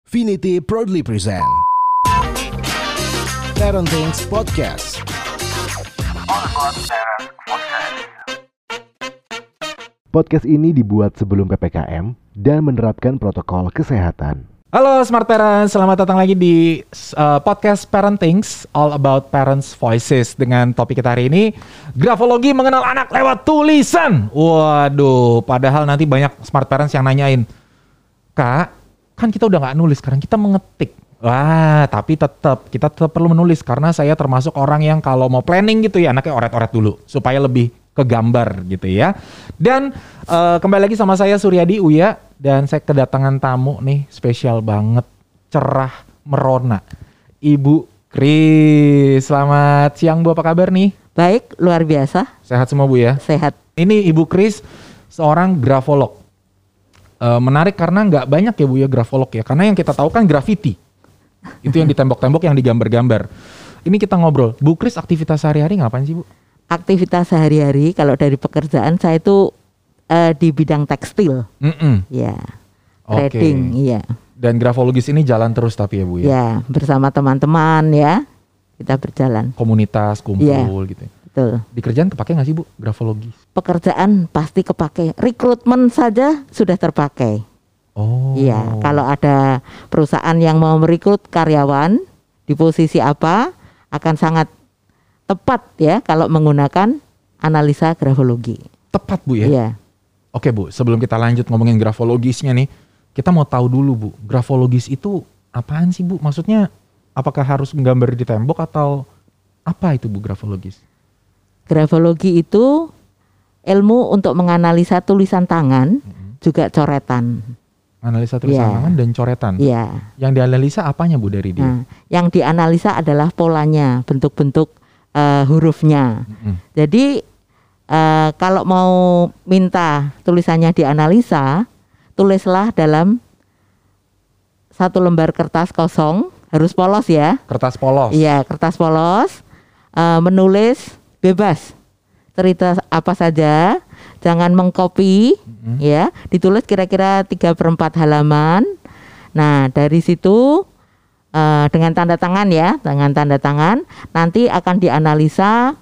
Finity proudly present Parenting Podcast. Podcast ini dibuat sebelum PPKM dan menerapkan protokol kesehatan. Halo Smart Parents, selamat datang lagi di podcast Parenting, all about parents voices. Dengan topik kita hari ini, grafologi mengenal anak lewat tulisan. Waduh, padahal nanti banyak Smart Parents yang nanyain, Kak, kan kita udah gak nulis, sekarang kita mengetik. Wah, tapi kita tetap perlu menulis, karena saya termasuk orang yang kalau mau planning gitu ya, anaknya oret-oret dulu, supaya lebih ke gambar gitu ya. Dan kembali lagi sama saya Suryadi Uya, dan saya kedatangan tamu nih spesial banget, cerah merona, Ibu Kris. Selamat siang Bu, apa kabar nih? Baik, luar biasa. Sehat semua Bu ya? Sehat. Ini Ibu Kris seorang grafolog. Menarik karena nggak banyak ya Bu ya grafolog ya, karena yang kita tahu kan graffiti. Itu yang di tembok-tembok yang digambar-gambar. Ini kita ngobrol, Bu Kris aktivitas sehari-hari ngapain sih Bu? Aktivitas sehari-hari kalau dari pekerjaan saya itu di bidang tekstil. Ya. Trading, iya. Dan grafologis ini jalan terus tapi ya Bu ya? Ya, bersama teman-teman ya. Kita berjalan. Komunitas, kumpul ya, gitu. Betul. Di kerjaan kepake nggak sih Bu grafologi? Pekerjaan pasti kepake. Rekrutmen saja sudah terpakai. Oh. Iya, kalau ada perusahaan yang mau merekrut karyawan di posisi apa akan sangat tepat ya kalau menggunakan analisa grafologi. Tepat Bu ya? Iya. Oke Bu, sebelum kita lanjut ngomongin grafologisnya nih, kita mau tahu dulu Bu, grafologis itu apaan sih Bu? Maksudnya apakah harus menggambar di tembok atau apa itu Bu grafologis? Grafologi itu ilmu untuk menganalisa tulisan tangan, juga coretan. Analisa tulisan tangan dan coretan? Iya. Yang dianalisa apanya Bu dari dia? Nah, yang dianalisa adalah polanya, bentuk-bentuk hurufnya. Jadi kalau mau minta tulisannya dianalisa, tulislah dalam satu lembar kertas kosong, harus polos ya. Kertas polos? Iya, kertas polos, menulis bebas, cerita apa saja, jangan mengcopy, ya, ditulis kira-kira 3/4 halaman. Nah, dari situ dengan tanda tangan ya, dengan tanda tangan, nanti akan dianalisa.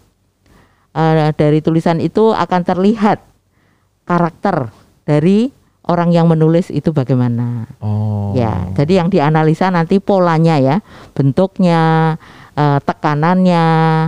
Dari tulisan itu akan terlihat karakter dari orang yang menulis itu bagaimana. Oh. Ya, jadi yang dianalisa nanti polanya ya, bentuknya, tekanannya,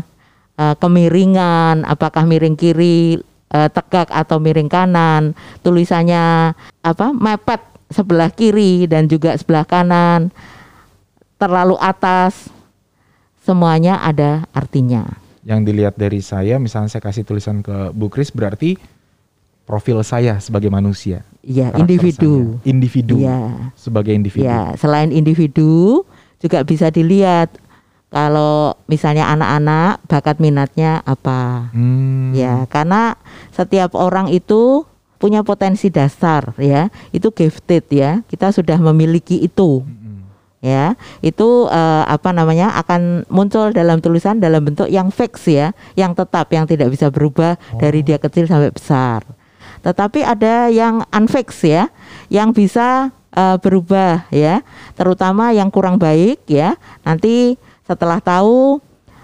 kemiringan, apakah miring kiri, tegak atau miring kanan, tulisannya mepet sebelah kiri dan juga sebelah kanan, terlalu atas, semuanya ada artinya. Yang dilihat dari saya, misalnya saya kasih tulisan ke Bu Kris, berarti profil saya sebagai manusia. Iya, individu. Individu. Ya. Sebagai individu. Ya, selain individu juga bisa dilihat kalau misalnya anak-anak bakat minatnya apa. Ya, karena setiap orang itu punya potensi dasar ya. Itu gifted ya. Kita sudah memiliki itu. Ya, itu akan muncul dalam tulisan dalam bentuk yang fix ya, yang tetap, yang tidak bisa berubah dari dia kecil sampai besar. Tetapi ada yang unfix ya, yang bisa berubah ya, terutama yang kurang baik ya. Nanti setelah tahu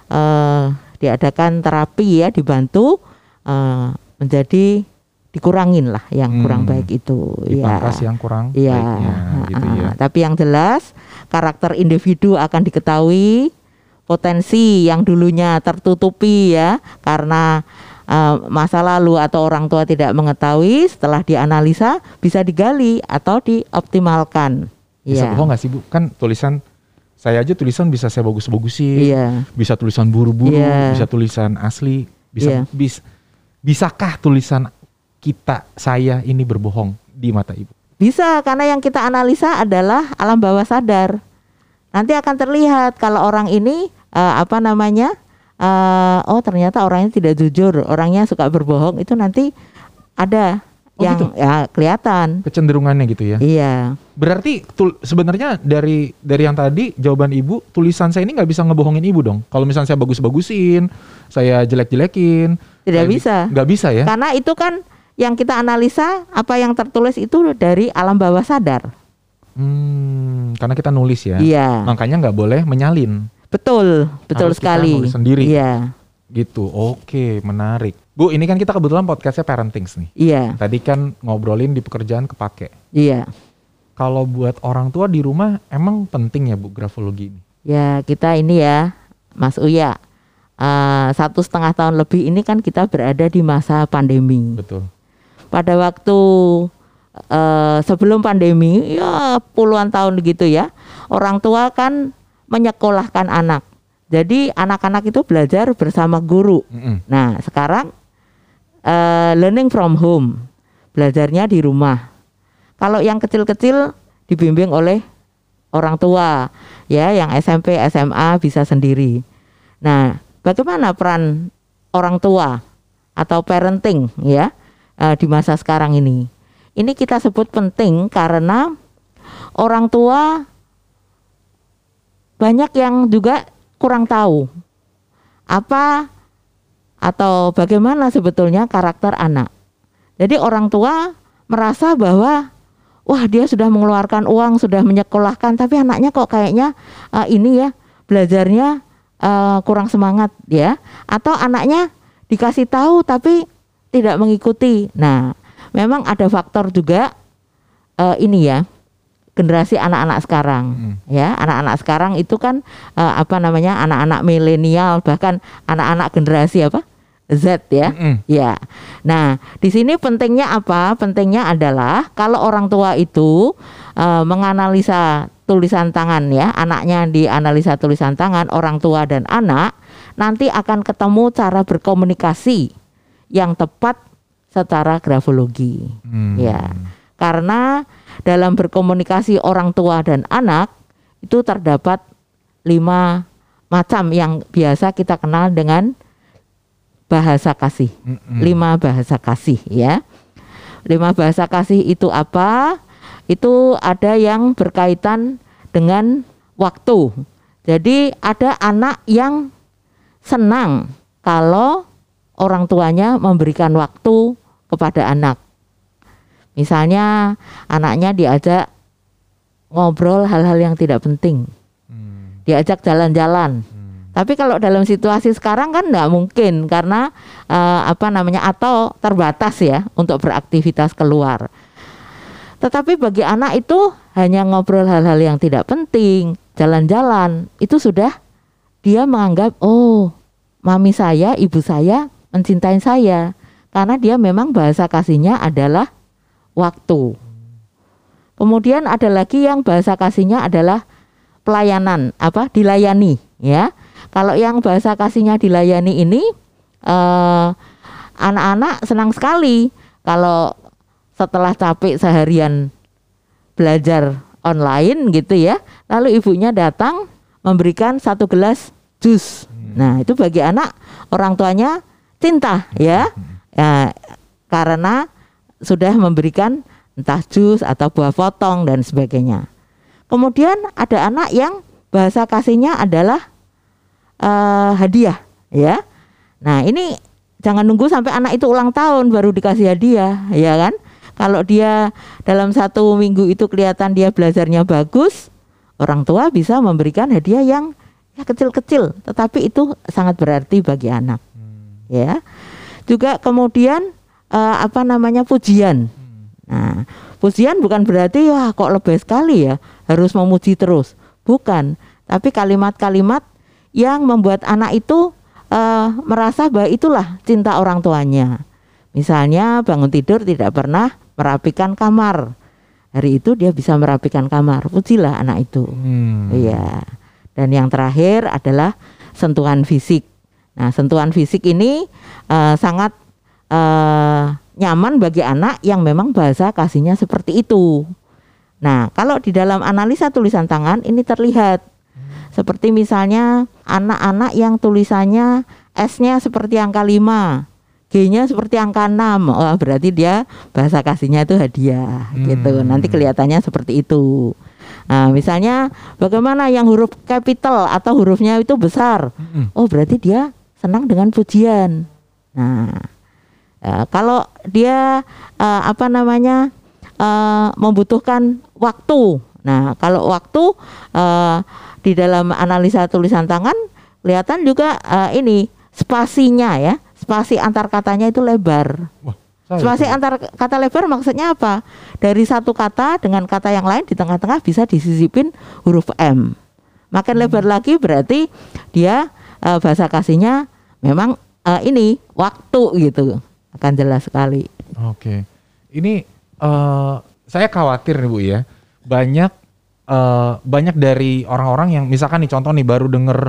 diadakan terapi ya, dibantu menjadi dikurangin lah yang kurang baik itu. Dipangkas yang kurang ya, baiknya gitu ya. Tapi yang jelas karakter individu akan diketahui, potensi yang dulunya tertutupi ya karena masa lalu atau orang tua tidak mengetahui, setelah dianalisa bisa digali atau dioptimalkan. Bisa bohong nggak sih Bu? Kan tulisan saya aja tulisan bisa saya bagus-bagusin, bisa tulisan buru-buru, bisa tulisan asli, bisakah tulisan saya ini berbohong di mata Ibu? Bisa, karena yang kita analisa adalah alam bawah sadar. Nanti akan terlihat kalau orang ini ternyata orangnya tidak jujur, orangnya suka berbohong, itu nanti ada yang gitu? Ya kelihatan kecenderungannya gitu ya. Iya. Berarti sebenarnya dari yang tadi jawaban Ibu, tulisan saya ini nggak bisa ngebohongin Ibu dong. Kalau misalnya saya bagus-bagusin, saya jelek-jelekin, tidak bisa. Nggak bisa ya? Karena itu kan yang kita analisa, apa yang tertulis itu dari alam bawah sadar. Karena kita nulis ya. Iya. Makanya nggak boleh menyalin. Betul Harus sekali. Kita nulis sendiri. Iya. Gitu. Oke, menarik. Bu, ini kan kita kebetulan podcastnya Parenting nih. Iya. Tadi kan ngobrolin di pekerjaan kepake. Iya. Kalau buat orang tua di rumah emang penting ya Bu grafologi ini? Ya kita ini ya Mas Uya, 1,5 tahun lebih ini kan kita berada di masa pandemi. Betul. Pada waktu sebelum pandemi ya puluhan tahun gitu ya, orang tua kan menyekolahkan anak. Jadi anak-anak itu belajar bersama guru. Nah sekarang learning from home, belajarnya di rumah. Kalau yang kecil-kecil dibimbing oleh orang tua, ya yang SMP, SMA bisa sendiri. Nah, bagaimana peran orang tua atau parenting ya di masa sekarang ini? Ini kita sebut penting karena orang tua banyak yang juga kurang tahu apa atau bagaimana sebetulnya karakter anak. Jadi orang tua merasa bahwa wah dia sudah mengeluarkan uang, sudah menyekolahkan, tapi anaknya kok kayaknya ini ya belajarnya kurang semangat ya. Atau anaknya dikasih tahu tapi tidak mengikuti. Nah memang ada faktor juga ini ya. Generasi anak-anak sekarang, ya anak-anak sekarang itu kan anak-anak milenial bahkan anak-anak generasi Z ya, ya. Nah di sini pentingnya apa? Pentingnya adalah kalau orang tua itu menganalisa tulisan tangan ya, anaknya dianalisa tulisan tangan orang tua dan anak, nanti akan ketemu cara berkomunikasi yang tepat secara grafologi, ya. Karena dalam berkomunikasi orang tua dan anak itu terdapat 5 macam yang biasa kita kenal dengan bahasa kasih. 5 bahasa kasih ya. 5 bahasa kasih itu apa? Itu ada yang berkaitan dengan waktu. Jadi ada anak yang senang kalau orang tuanya memberikan waktu kepada anak. Misalnya anaknya diajak ngobrol hal-hal yang tidak penting, diajak jalan-jalan. Tapi kalau dalam situasi sekarang kan nggak mungkin karena atau terbatas ya untuk beraktivitas keluar. Tetapi bagi anak itu hanya ngobrol hal-hal yang tidak penting, jalan-jalan itu sudah dia menganggap oh mami saya, ibu saya mencintai saya karena dia memang bahasa kasihnya adalah waktu. Kemudian ada lagi yang bahasa kasihnya adalah pelayanan, dilayani ya. Kalau yang bahasa kasihnya dilayani ini anak-anak senang sekali kalau setelah capek seharian belajar online gitu ya, lalu ibunya datang memberikan 1 gelas jus. Nah, itu bagi anak orang tuanya cinta ya. Karena sudah memberikan entah jus atau buah potong dan sebagainya. Kemudian ada anak yang bahasa kasihnya adalah hadiah ya. Nah ini jangan nunggu sampai anak itu ulang tahun baru dikasih hadiah ya kan. Kalau dia dalam 1 minggu itu kelihatan dia belajarnya bagus, orang tua bisa memberikan hadiah yang ya kecil-kecil tetapi itu sangat berarti bagi anak ya. Juga kemudian pujian. Nah, pujian bukan berarti wah kok lebih sekali ya harus memuji terus. Bukan, tapi kalimat-kalimat yang membuat anak itu merasa bahwa itulah cinta orang tuanya. Misalnya bangun tidur tidak pernah merapikan kamar. Hari itu dia bisa merapikan kamar. Pujilah anak itu. Iya. Dan yang terakhir adalah sentuhan fisik. Nah, sentuhan fisik ini sangat nyaman bagi anak yang memang bahasa kasihnya seperti itu. Nah, kalau di dalam analisa tulisan tangan ini terlihat seperti misalnya anak-anak yang tulisannya S-nya seperti angka 5, G-nya seperti angka 6. Oh, berarti dia bahasa kasihnya itu hadiah gitu. Nanti kelihatannya seperti itu. Nah, misalnya bagaimana yang huruf capital atau hurufnya itu besar. Oh, berarti dia senang dengan pujian. Nah, kalau dia membutuhkan waktu, Nah, kalau waktu di dalam analisa tulisan tangan kelihatan juga ini spasinya ya, spasi antar katanya itu lebar. Wah, Spasi antar kata lebar maksudnya apa? Dari satu kata dengan kata yang lain di tengah-tengah bisa disisipin huruf M. Makin lebar lagi berarti dia bahasa kasihnya memang ini waktu gitu. Akan jelas sekali. Oke. Ini saya khawatir nih Bu ya. Banyak dari orang-orang yang misalkan nih contoh nih baru denger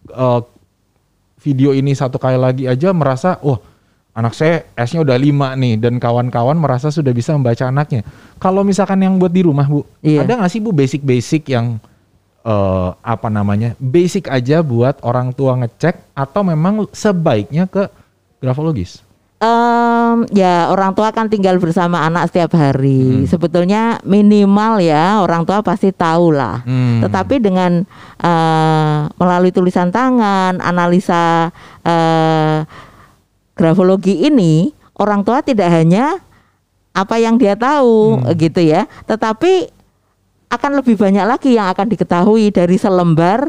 video ini satu kali lagi aja merasa wah anak saya S-nya udah 5 nih dan kawan-kawan merasa sudah bisa membaca anaknya. Kalau misalkan yang buat di rumah Bu, ada nggak sih Bu basic-basic yang basic aja buat orang tua ngecek atau memang sebaiknya ke grafologis? Ya orang tua kan tinggal bersama anak setiap hari. Sebetulnya minimal ya orang tua pasti tahu lah. Tetapi dengan melalui tulisan tangan, analisa grafologi ini, orang tua tidak hanya apa yang dia tahu gitu ya, tetapi akan lebih banyak lagi yang akan diketahui dari selembar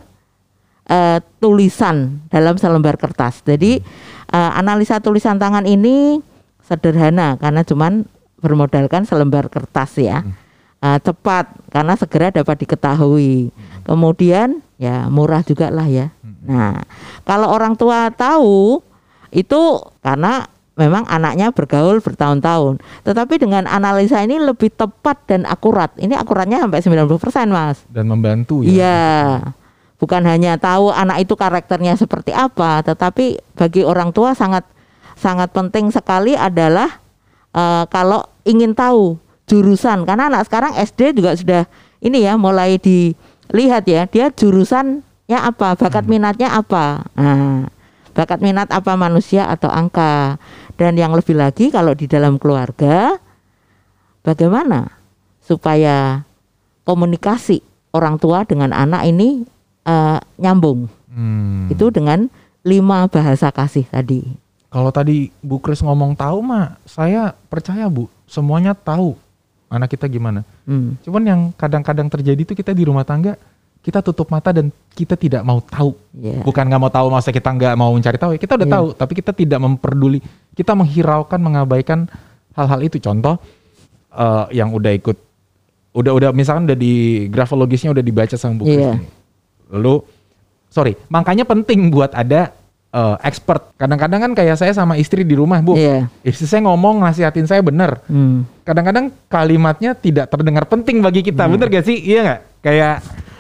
tulisan dalam selembar kertas. Jadi analisa tulisan tangan ini sederhana karena cuman bermodalkan selembar kertas ya. Cepat karena segera dapat diketahui. Kemudian ya murah juga lah ya. Nah, kalau orang tua tahu itu karena memang anaknya bergaul bertahun-tahun. Tetapi dengan analisa ini lebih tepat dan akurat. Ini akuratnya sampai 90% Mas. Dan membantu ya. Iya. Bukan hanya tahu anak itu karakternya seperti apa, tetapi bagi orang tua sangat penting sekali adalah kalau ingin tahu jurusan, karena anak sekarang SD juga sudah ini ya mulai dilihat ya, dia jurusannya apa, bakat minatnya apa. Nah, bakat minat apa manusia atau angka. Dan yang lebih lagi kalau di dalam keluarga, bagaimana supaya komunikasi orang tua dengan anak ini nyambung. Itu dengan 5 bahasa kasih tadi. Kalau tadi Bu Kris ngomong tahu mah, saya percaya Bu, semuanya tahu anak kita gimana. Cuman yang kadang-kadang terjadi itu kita di rumah tangga, kita tutup mata dan kita tidak mau tahu. Bukan nggak mau tahu, maksudnya kita nggak mau mencari tahu. Kita udah tahu, tapi kita tidak memperduli. Kita menghiraukan, mengabaikan hal-hal itu. Contoh yang udah ikut, udah misalkan udah di grafologisnya udah dibaca sama Bu Kris. Lalu, makanya penting buat ada expert. Kadang-kadang kan kayak saya sama istri di rumah Bu, istri saya ngomong nasihatin saya bener. Kadang-kadang kalimatnya tidak terdengar penting bagi kita, bener gak sih? Iya nggak? Kayak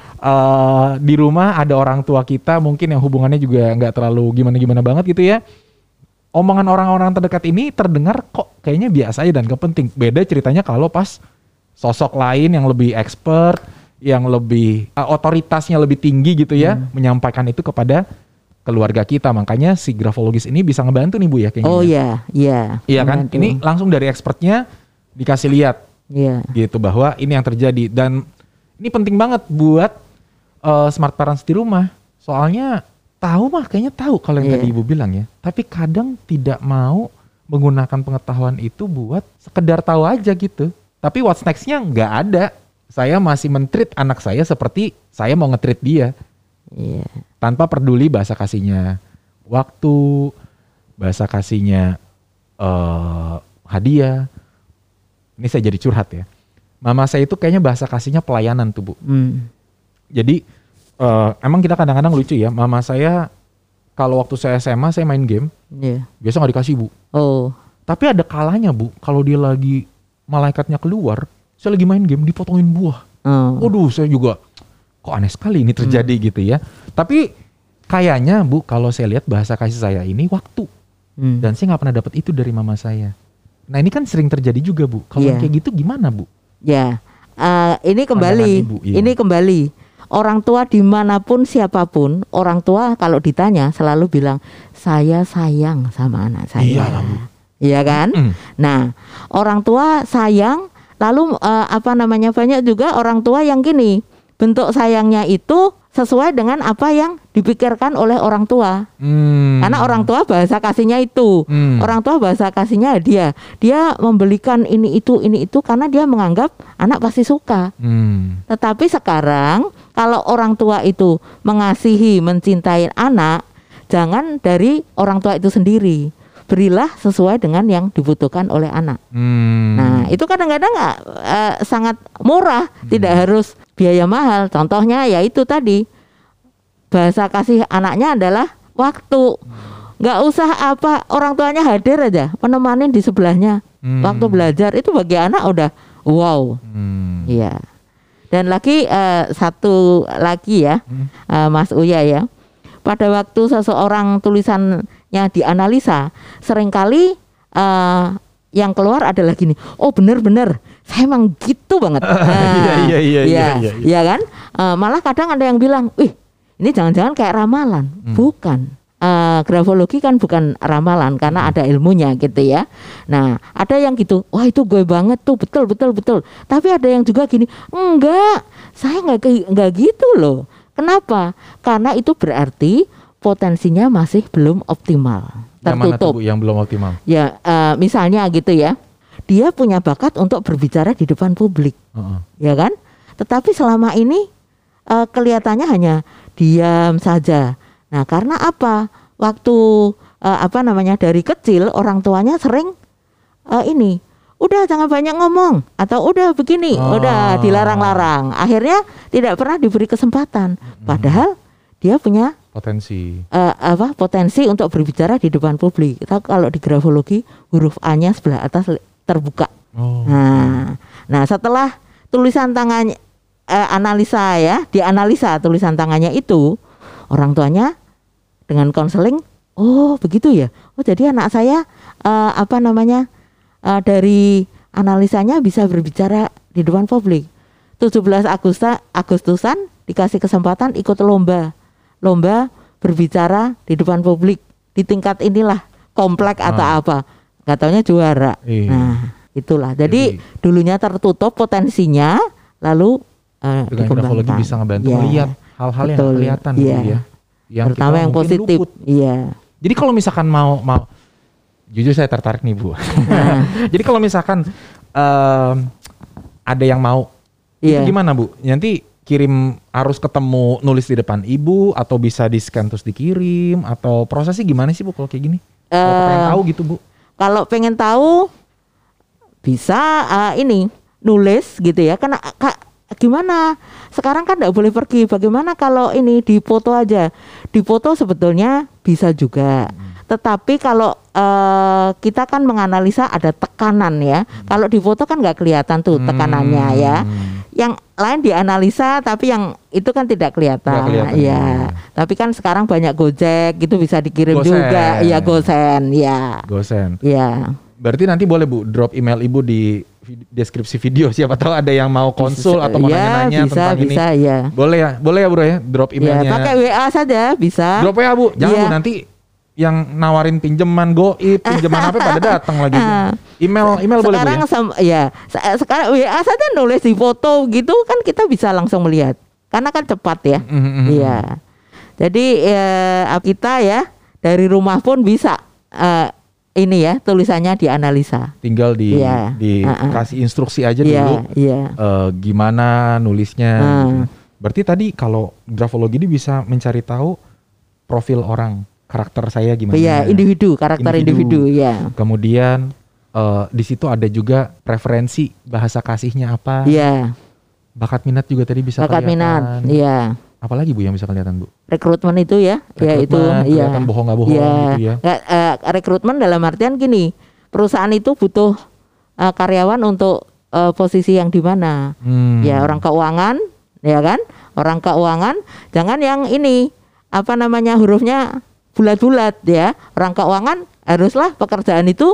di rumah ada orang tua kita mungkin yang hubungannya juga nggak terlalu gimana-gimana banget gitu ya. Omongan orang-orang terdekat ini terdengar kok kayaknya biasa aja dan gak penting. Beda ceritanya kalau pas sosok lain yang lebih expert, yang lebih otoritasnya lebih tinggi gitu ya, menyampaikan itu kepada keluarga kita. Makanya si grafologis ini bisa ngebantu nih Bu ya kayaknya. Oh iya, iya. Iya kan? Ini langsung dari expertnya dikasih lihat. Gitu bahwa ini yang terjadi dan ini penting banget buat smart parents di rumah. Soalnya tahu mah kayaknya tahu kalau yang tadi Ibu bilang ya. Tapi kadang tidak mau menggunakan pengetahuan itu buat sekedar tahu aja gitu. Tapi what's next-nya nggak ada. Saya masih men-treat anak saya seperti saya mau nge-treat dia. Tanpa peduli bahasa kasihnya waktu, bahasa kasihnya hadiah. Ini saya jadi curhat ya. Mama saya itu kayaknya bahasa kasihnya pelayanan tuh Bu. Jadi emang kita kadang-kadang lucu ya. Mama saya kalau waktu saya SMA saya main game, biasa nggak dikasih Bu. Tapi ada kalanya Bu, kalau dia lagi malaikatnya keluar, saya lagi main game dipotongin buah. Waduh, saya juga kok aneh sekali ini terjadi gitu ya. Tapi kayaknya Bu, kalau saya lihat bahasa kasih saya ini waktu. Dan saya nggak pernah dapat itu dari mama saya. Nah ini kan sering terjadi juga Bu. Kalau kayak gitu gimana Bu? Ini kembali. Orang tua dimanapun siapapun, orang tua kalau ditanya selalu bilang saya sayang sama anak saya. Iya kan? Nah orang tua sayang. Lalu banyak juga orang tua yang gini, bentuk sayangnya itu sesuai dengan apa yang dipikirkan oleh orang tua. Karena orang tua bahasa kasihnya itu. Orang tua bahasa kasihnya hadiah. Dia membelikan ini itu karena dia menganggap anak pasti suka. Tetapi sekarang kalau orang tua itu mengasihi, mencintai anak, jangan dari orang tua itu sendiri. Berilah sesuai dengan yang dibutuhkan oleh anak. Nah, itu kadang-kadang sangat murah, tidak harus biaya mahal. Contohnya ya itu tadi, bahasa kasih anaknya adalah waktu. Nggak usah apa orang tuanya hadir aja, menemani di sebelahnya waktu belajar, itu bagi anak udah wow. Iya. Dan lagi satu lagi ya, Mas Uya ya. Pada waktu seseorang tulisannya dianalisa, seringkali yang keluar adalah gini, oh benar-benar saya emang gitu banget. Iya kan? Malah kadang ada yang bilang, wih ini jangan-jangan kayak ramalan. Bukan. Grafologi kan bukan ramalan karena ada ilmunya gitu ya. Nah ada yang gitu, wah itu gue banget tuh, betul. Tapi ada yang juga gini, enggak, saya enggak gitu loh. Kenapa? Karena itu berarti potensinya masih belum optimal, tertutup. Yang belum optimal? Ya, misalnya gitu ya, dia punya bakat untuk berbicara di depan publik, ya kan? Tetapi selama ini kelihatannya hanya diam saja. Nah, karena apa? Waktu dari kecil orang tuanya sering udah jangan banyak ngomong atau udah begini, udah dilarang-larang. Akhirnya tidak pernah diberi kesempatan. Padahal dia punya potensi untuk berbicara di depan publik. Kita kalau di grafologi huruf A-nya sebelah atas terbuka. Nah, setelah tulisan tangannya dianalisa tulisan tangannya itu, orang tuanya dengan konseling, oh begitu ya. Oh jadi anak saya dari analisanya bisa berbicara di depan publik. 17 Agustusan dikasih kesempatan ikut lomba berbicara di depan publik di tingkat inilah komplek atau apa. Nggak taunya juara. Nah itulah. Jadi dulunya tertutup potensinya, lalu dengan grafologi bisa ngebantu melihat hal-hal yang kelihatan ya. Yang terutama yang positif. Iya. Jadi kalau misalkan mau jujur saya tertarik nih Bu. Jadi kalau misalkan ada yang mau, itu gimana Bu? Nanti kirim harus ketemu nulis di depan ibu atau bisa di scan terus dikirim atau prosesnya gimana sih Bu kalau kayak gini? Kalau pengen tahu gitu Bu? Kalau pengen tahu bisa nulis gitu ya. Karena gimana? Sekarang kan nggak boleh pergi. Bagaimana kalau ini di foto aja? Di foto sebetulnya bisa juga. Tetapi kalau kita kan menganalisa ada tekanan ya. Kalau di foto kan nggak kelihatan tuh tekanannya ya. Yang lain dianalisa tapi yang itu kan tidak kelihatan. Ya. Tapi kan sekarang banyak Gojek gitu bisa dikirim juga. Iya Gosen ya. Gosen. Ya. Berarti nanti boleh Bu drop email Ibu di deskripsi video, siapa tahu ada yang mau konsul atau mau nanya-nanya tentang ini. Ya. Boleh ya Bro ya, drop emailnya. Ya, pakai WA saja bisa. Drop WA Bu, jangan Bu nanti yang nawarin pinjaman goib, pinjaman apa pada datang lagi. Email boleh Bu ya. Sekarang WA saja nulis di foto gitu kan kita bisa langsung melihat. Karena kan cepat ya. Iya. Jadi kita ya dari rumah pun bisa ini ya tulisannya dianalisa. Tinggal dikasih instruksi aja dulu. Gimana nulisnya. Gitu. Berarti tadi kalau grafologi ini bisa mencari tahu profil orang, karakter saya gimana. Iya, karakter individu ya. Kemudian di situ ada juga preferensi bahasa kasihnya apa. Iya. Bakat minat juga tadi bisa kelihatan. Bakat minat, iya. Apalagi Bu yang bisa kelihatan Bu? Rekrutmen itu ya, kelihatan bohong nggak bohong gitu ya. Rekrutmen dalam artian gini, perusahaan itu butuh karyawan untuk posisi yang di mana? Ya orang keuangan, ya kan? Orang keuangan, jangan yang ini hurufnya bulat-bulat ya. Orang keuangan haruslah pekerjaan itu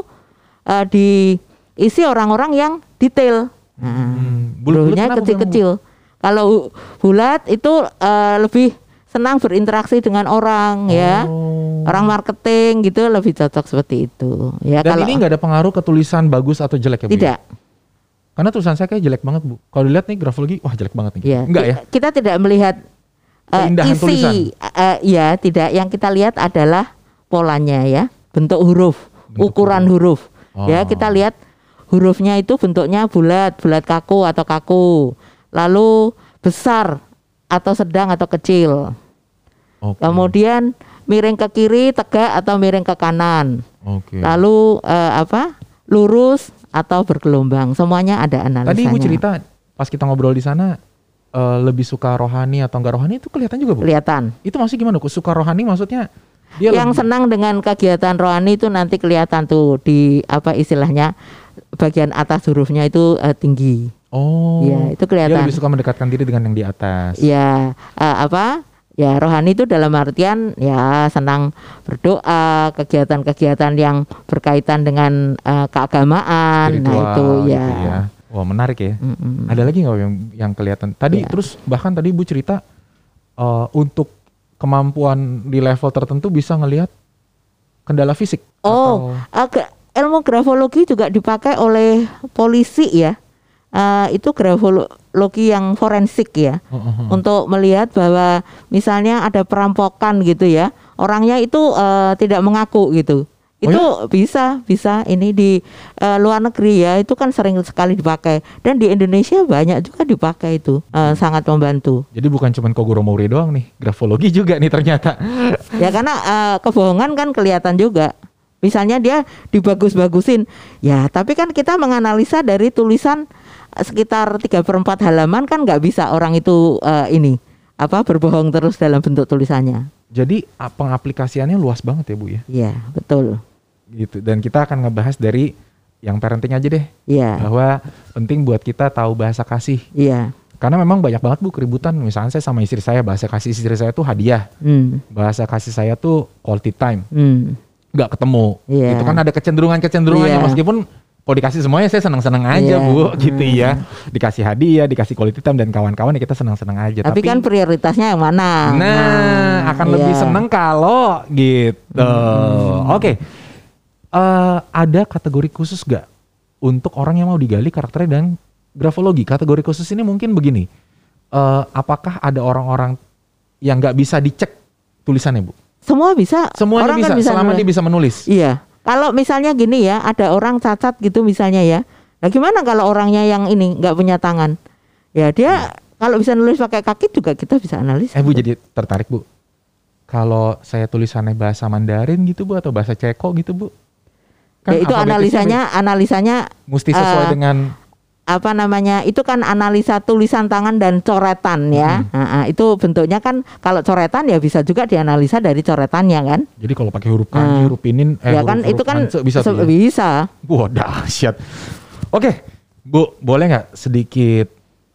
diisi orang-orang yang detail. Hurufnya kecil-kecil. Kalau bulat itu lebih senang berinteraksi dengan orang ya. Orang marketing gitu lebih cocok seperti itu. Ya, dan ini nggak ada pengaruh ke tulisan bagus atau jelek ya Bu? Tidak. Karena tulisan saya kayak jelek banget Bu. Kalau dilihat nih grafologi, wah jelek banget nih. Ya, enggak ya? Kita tidak melihat keindahan tulisan. Ya tidak. Yang kita lihat adalah polanya ya, bentuk huruf, ukuran huruf. Ya kita lihat hurufnya itu bentuknya bulat kaku atau kaku, lalu besar atau sedang atau kecil. Kemudian miring ke kiri, tegak atau miring ke kanan. Lalu lurus atau bergelombang. Semuanya ada analisanya. Tadi Ibu cerita pas kita ngobrol di sana lebih suka rohani atau enggak rohani, itu kelihatan juga, Bu? Kelihatan. Itu maksudnya gimana? Suka rohani maksudnya dia yang senang dengan kegiatan rohani itu nanti kelihatan tuh di istilahnya bagian atas hurufnya itu tinggi. Ya, itu kelihatan. Dia lebih suka mendekatkan diri dengan yang di atas. Ya, ya rohani itu dalam artian ya senang berdoa, kegiatan-kegiatan yang berkaitan dengan keagamaan. Spiritual, nah itu ya. Gitu ya. Wah, menarik ya. Ada lagi nggak yang kelihatan? Tadi terus bahkan tadi Ibu cerita untuk kemampuan di level tertentu bisa ngelihat kendala fisik. Ilmu grafologi juga dipakai oleh polisi ya. Itu grafologi yang forensik ya. Untuk melihat bahwa misalnya ada perampokan gitu ya. Orangnya itu tidak mengaku gitu. Itu bisa ini di luar negeri ya, itu kan sering sekali dipakai, dan di Indonesia banyak juga dipakai itu, sangat membantu. Jadi bukan cuma Kogoro Mouri doang nih, grafologi juga nih ternyata. Ya karena kebohongan kan kelihatan juga. Misalnya dia dibagus-bagusin, ya tapi kan kita menganalisa dari tulisan sekitar 3/4 halaman kan nggak bisa orang itu berbohong terus dalam bentuk tulisannya. Jadi pengaplikasiannya luas banget ya Bu ya? Iya betul. Gitu. Dan kita akan ngebahas dari yang parenting aja deh. Iya. Bahwa penting buat kita tahu bahasa kasih. Iya. Karena memang banyak banget Bu keributan. Misalnya saya sama istri saya, bahasa kasih istri saya tuh hadiah. Bahasa kasih saya tuh quality time. Nggak ketemu. Iya. Itu kan ada kecenderungannya. Meskipun kalau dikasih semuanya saya senang-senang aja Bu, gitu ya. Dikasih hadiah, dikasih quality time dan kawan-kawan ya kita senang-senang aja. Tapi kan prioritasnya yang mana? Nah, akan lebih senang kalau gitu. Oke. Ada kategori khusus gak untuk orang yang mau digali karakternya dan grafologi? Kategori khusus ini mungkin begini. Apakah ada orang-orang yang gak bisa dicek tulisannya Bu? Semua bisa. Semuanya bisa, kan selama dia bisa menulis. Iya. Kalau misalnya gini ya, ada orang cacat gitu misalnya ya. Nah gimana kalau orangnya yang ini nggak punya tangan? Ya dia kalau bisa nulis pakai kaki juga kita bisa analisa. Bu jadi tertarik Bu. Kalau saya tulisannya bahasa Mandarin gitu Bu atau bahasa Ceko gitu Bu? Kan ya itu analisanya mesti sesuai dengan itu kan analisa tulisan tangan dan coretan ya. Itu bentuknya kan kalau coretan ya bisa juga dianalisa dari coretannya kan. Jadi kalau pakai huruf kanji, huruf pinin, ya kan itu kan bisa. Wah dahsyat. Oke, Bu, boleh nggak sedikit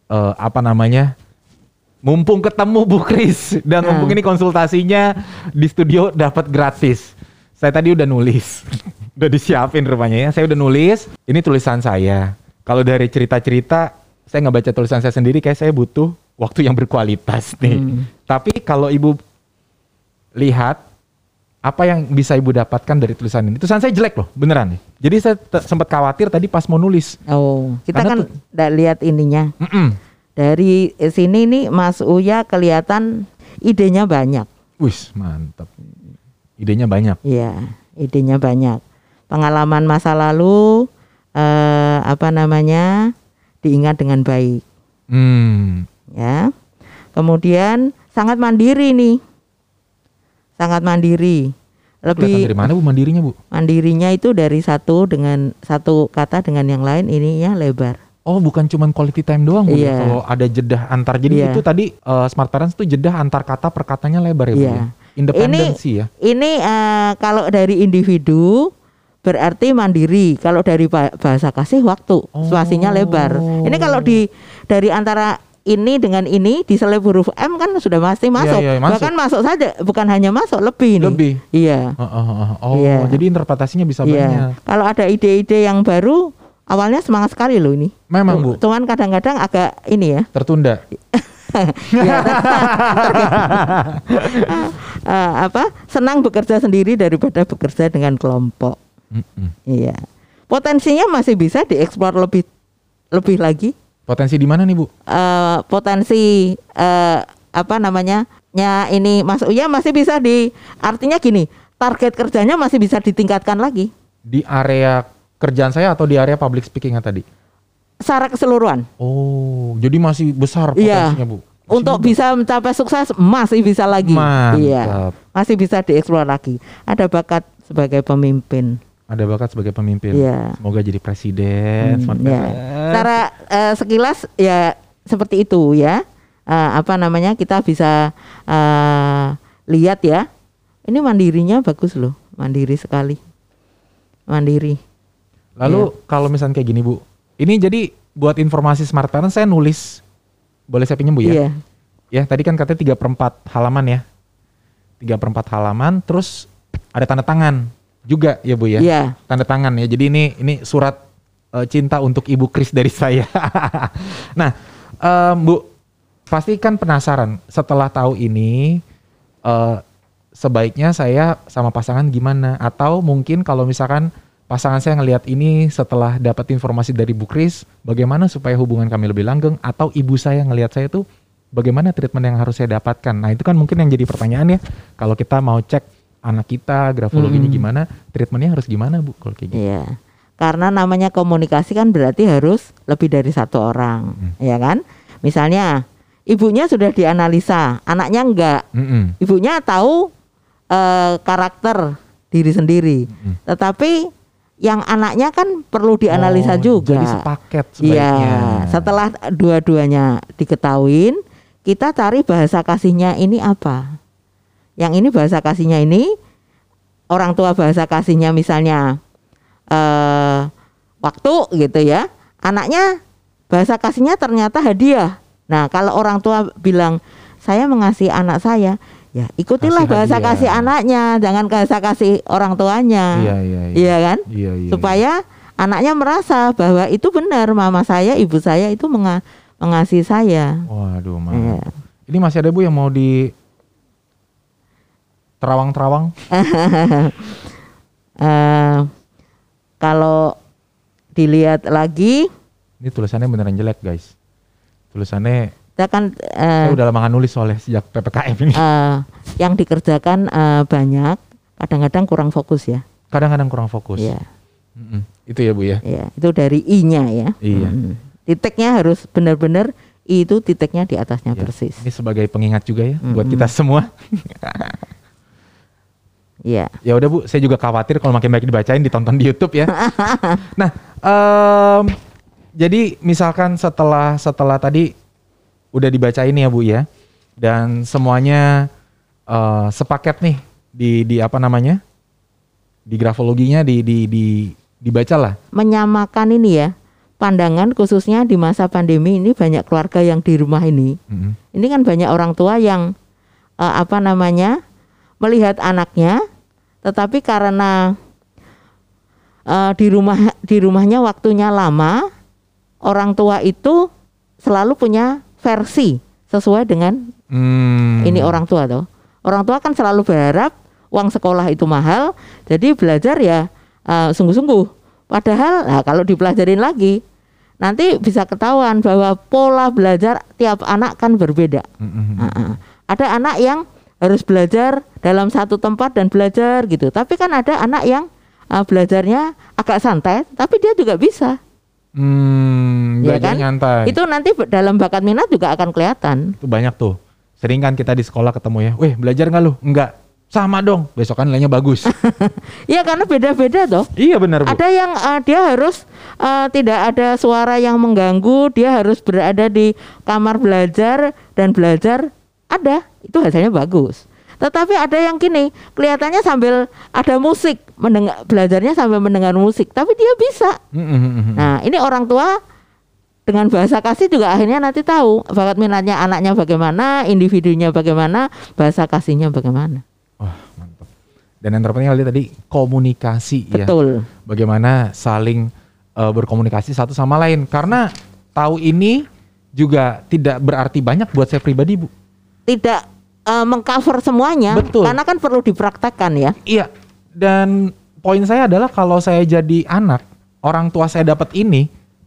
mumpung ketemu Bu Kris dan mumpung ini konsultasinya di studio dapat gratis. Saya tadi udah nulis, udah disiapin rupanya ya. Saya udah nulis, ini tulisan saya. Kalau dari cerita-cerita, saya nggak baca tulisan saya sendiri, kayak saya butuh waktu yang berkualitas nih. Tapi kalau Ibu lihat, apa yang bisa Ibu dapatkan dari tulisan ini? Tulisan saya jelek loh, beneran nih. Jadi saya sempat khawatir tadi pas mau nulis. Kita kan udah lihat ininya. Dari sini nih Mas Uya kelihatan idenya banyak. Wih, mantap. Idenya banyak. Iya, idenya banyak. Pengalaman masa lalu diingat dengan baik. Ya. Kemudian sangat mandiri nih. Sangat mandiri. Lebih dari mana Bu mandirinya Bu? Mandirinya itu dari satu kata dengan yang lain ininya lebar. Oh, bukan cuma quality time doang Bu. Kalau ada jedah antar. Jadi itu tadi smart parents itu jedah antar kata per katanya lebar ya Bu. Ya? Independensi ya. Ini kalau dari individu berarti mandiri. Kalau dari bahasa kasih waktu, spasinya lebar. Ini kalau dari antara ini dengan ini diselip huruf M kan sudah pasti masuk. Masuk. Bahkan masuk saja, bukan hanya masuk, lebih nih. Lebih. Iya. Jadi interpretasinya bisa banyak. Kalau ada ide-ide yang baru, awalnya semangat sekali loh ini. Memang Bu. Cuman kadang-kadang agak ini ya. Tertunda. Senang bekerja sendiri daripada bekerja dengan kelompok. Iya. Potensinya masih bisa dieksplor lebih lagi. Potensi di mana nih Bu? Potensi targetnya ini Mas Uya masih bisa artinya gini, target kerjanya masih bisa ditingkatkan lagi. Di area kerjaan saya atau di area public speaking tadi? Secara keseluruhan. Oh, jadi masih besar Iya. potensinya, Bu. Untuk bisa mencapai sukses masih bisa lagi. Mantap. Iya. Masih bisa dieksplor lagi. Ada bakat sebagai pemimpin. Ada bakat sebagai pemimpin. Iya. Semoga jadi presiden. Ya. Secara sekilas ya seperti itu ya. Kita bisa lihat ya. Ini mandirinya bagus loh. Mandiri sekali. Mandiri. Lalu kalau misalnya kayak gini, Bu. Ini jadi buat informasi Smart Parents saya nulis. Boleh saya pinjam, Bu ya? Iya. Ya, tadi kan katanya 3/4 halaman ya. 3/4 halaman, terus ada tanda tangan juga ya, Bu ya? Iya. Tanda tangan ya. Jadi ini surat cinta untuk Ibu Kris dari saya. Nah, Bu, pasti kan penasaran setelah tahu ini sebaiknya saya sama pasangan gimana? Atau mungkin kalau misalkan pasangan saya ngelihat ini setelah dapat informasi dari Bu Kris, bagaimana supaya hubungan kami lebih langgeng? Atau ibu saya ngelihat saya tuh bagaimana treatment yang harus saya dapatkan? Nah itu kan mungkin yang jadi pertanyaan ya. Kalau kita mau cek anak kita grafologinya gimana, treatmentnya harus gimana, Bu? Kalau kayak gitu. Iya. Karena namanya komunikasi kan berarti harus lebih dari satu orang, ya kan? Misalnya ibunya sudah dianalisa, anaknya enggak. Ibunya tahu karakter diri sendiri, tetapi yang anaknya kan perlu dianalisa juga. Jadi sepaket sebaiknya. Iya. Setelah dua-duanya diketahuin, kita cari bahasa kasihnya ini apa. Yang ini bahasa kasihnya ini, orang tua bahasa kasihnya misalnya waktu gitu ya. Anaknya bahasa kasihnya ternyata hadiah. Nah kalau orang tua bilang saya mengasihi anak saya, ya ikutilah bahasa kasih anaknya, jangan bahasa kasih orang tuanya. Iya kan? Iya. Supaya anaknya merasa bahwa itu benar, mama saya, ibu saya itu mengasihi saya. Waduh, mantap. Ini masih ada, Bu, yang mau di terawang-terawang? Kalau dilihat lagi, ini tulisannya beneran jelek, guys. Tulisannya kita kan saya udah lama nulis soalnya sejak PPKM ini. Yang dikerjakan banyak, kadang-kadang kurang fokus ya. Kadang-kadang kurang fokus. Iya. Itu ya, Bu ya. Iya, itu dari I-nya ya. Iya. Titiknya harus benar-benar I itu titiknya di atasnya persis. Ini sebagai pengingat juga ya buat kita semua. Iya. Ya udah, Bu, saya juga khawatir kalau makin banyak dibacain ditonton di YouTube ya. Nah, jadi misalkan setelah tadi udah dibacain ya, Bu ya, dan semuanya sepaket nih di apa namanya, di grafologinya dibaca lah. Menyamakan ini ya, pandangan khususnya di masa pandemi ini banyak keluarga yang di rumah ini. Ini kan banyak orang tua yang melihat anaknya, tetapi karena di rumahnya waktunya lama, orang tua itu selalu punya versi sesuai dengan ini orang tua tuh. Orang tua kan selalu berharap uang sekolah itu mahal, jadi belajar ya sungguh-sungguh. Padahal kalau dipelajarin lagi nanti bisa ketahuan bahwa pola belajar tiap anak kan berbeda. Ada anak yang harus belajar dalam satu tempat dan belajar gitu. Tapi kan ada anak yang belajarnya agak santai, tapi dia juga bisa. Ya kan? Nyantai. Itu nanti dalam bakat minat juga akan kelihatan. Itu banyak tuh. Sering kan kita di sekolah ketemu ya, "Weh, belajar nggak lu?" "Enggak." "Sama dong." Besokan nilainya bagus. Iya, karena beda-beda toh. Iya benar, Bu. Ada yang dia harus tidak ada suara yang mengganggu, dia harus berada di kamar belajar dan belajar. Ada, itu hasilnya bagus. Tetapi ada yang gini, kelihatannya sambil ada musik, belajarnya sambil mendengar musik, tapi dia bisa. Nah, ini orang tua dengan bahasa kasih juga akhirnya nanti tahu bakat minatnya anaknya bagaimana, individunya bagaimana, bahasa kasihnya bagaimana. Wah, mantap. Dan yang terpenting tadi komunikasi. Betul. Ya. Bagaimana saling berkomunikasi satu sama lain. Karena tahu ini juga tidak berarti banyak buat saya pribadi, Bu. Tidak mengcover semuanya. Betul. Karena kan perlu dipraktekkan ya. Iya. Dan poin saya adalah kalau saya jadi anak, orang tua saya dapat ini,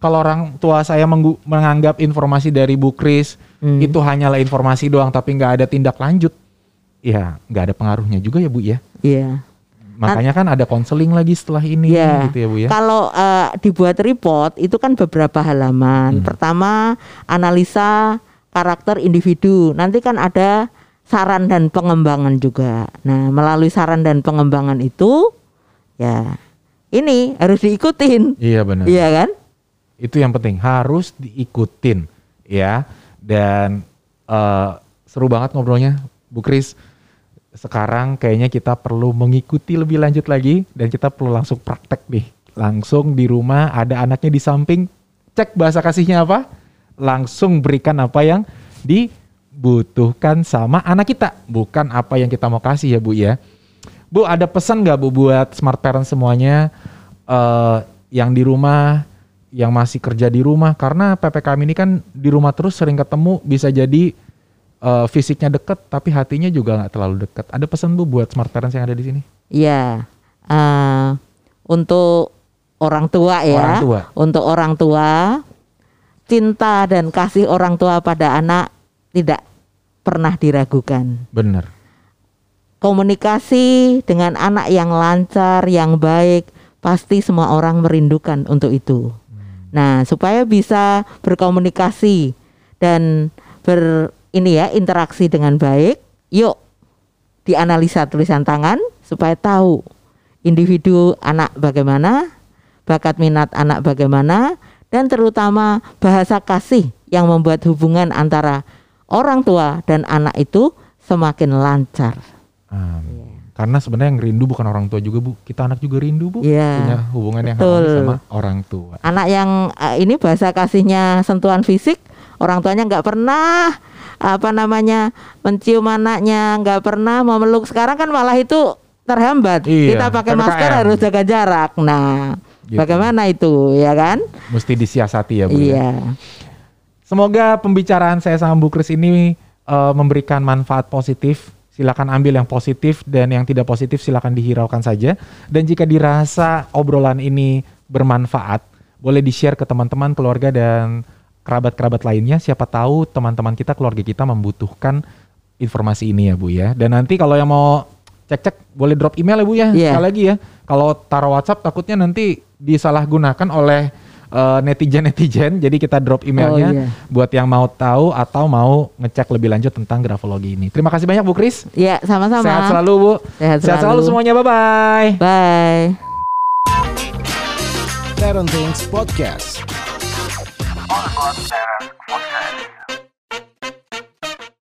kalau orang tua saya menganggap informasi dari Bu Kris itu hanyalah informasi doang tapi nggak ada tindak lanjut, ya nggak ada pengaruhnya juga ya Bu ya. Iya. Makanya kan ada konseling lagi setelah ini gitu ya Bu ya. Kalau dibuat report itu kan beberapa halaman. Pertama analisa karakter individu. Nanti kan ada saran dan pengembangan juga. Nah melalui saran dan pengembangan itu ya ini harus diikutin. Iya benar. Iya kan? Itu yang penting, harus diikutin ya. Dan seru banget ngobrolnya Bu Kris. Sekarang kayaknya kita perlu mengikuti lebih lanjut lagi dan kita perlu langsung praktek nih. Langsung di rumah ada anaknya di samping, cek bahasa kasihnya apa, langsung berikan apa yang dibutuhkan sama anak kita, bukan apa yang kita mau kasih ya Bu ya. Bu, ada pesan nggak Bu buat smart parents semuanya yang di rumah, yang masih kerja di rumah, karena PPKM ini kan di rumah terus sering ketemu, bisa jadi fisiknya deket tapi hatinya juga nggak terlalu deket. Ada pesan Bu buat smart parents yang ada di sini? Iya, untuk orang tua ya, untuk orang tua, cinta dan kasih orang tua pada anak tidak pernah diragukan. Benar. Komunikasi dengan anak yang lancar, yang baik, pasti semua orang merindukan untuk itu. Nah, supaya bisa berkomunikasi dan interaksi dengan baik, yuk dianalisa tulisan tangan supaya tahu individu anak bagaimana, bakat minat anak bagaimana, dan terutama bahasa kasih yang membuat hubungan antara orang tua dan anak itu semakin lancar. Karena sebenarnya yang rindu bukan orang tua juga Bu, kita anak juga rindu Bu, punya hubungan yang harmonis sama orang tua. Anak yang ini bahasa kasihnya sentuhan fisik, orang tuanya nggak pernah mencium anaknya, nggak pernah memeluk. Sekarang kan malah itu terhambat. Kita pakai masker harus jaga jarak. Nah, gitu. Bagaimana itu, ya kan? Mesti disiasati ya Bu. Iya. Ya? Semoga pembicaraan saya sama Bu Kris ini memberikan manfaat positif. Silakan ambil yang positif dan yang tidak positif silakan dihiraukan saja. Dan jika dirasa obrolan ini bermanfaat, boleh di-share ke teman-teman, keluarga dan kerabat-kerabat lainnya. Siapa tahu teman-teman kita, keluarga kita membutuhkan informasi ini ya Bu ya. Dan nanti kalau yang mau cek-cek boleh drop email ya Bu ya. Sekali lagi ya. Kalau taruh WhatsApp takutnya nanti disalahgunakan oleh netizen. Jadi kita drop emailnya buat yang mau tahu atau mau ngecek lebih lanjut tentang grafologi ini. Terima kasih banyak Bu Kris. Iya, sama-sama. Sehat selalu Bu. Sehat selalu semuanya. Bye-bye. Bye. Parenting Podcast. All about parents.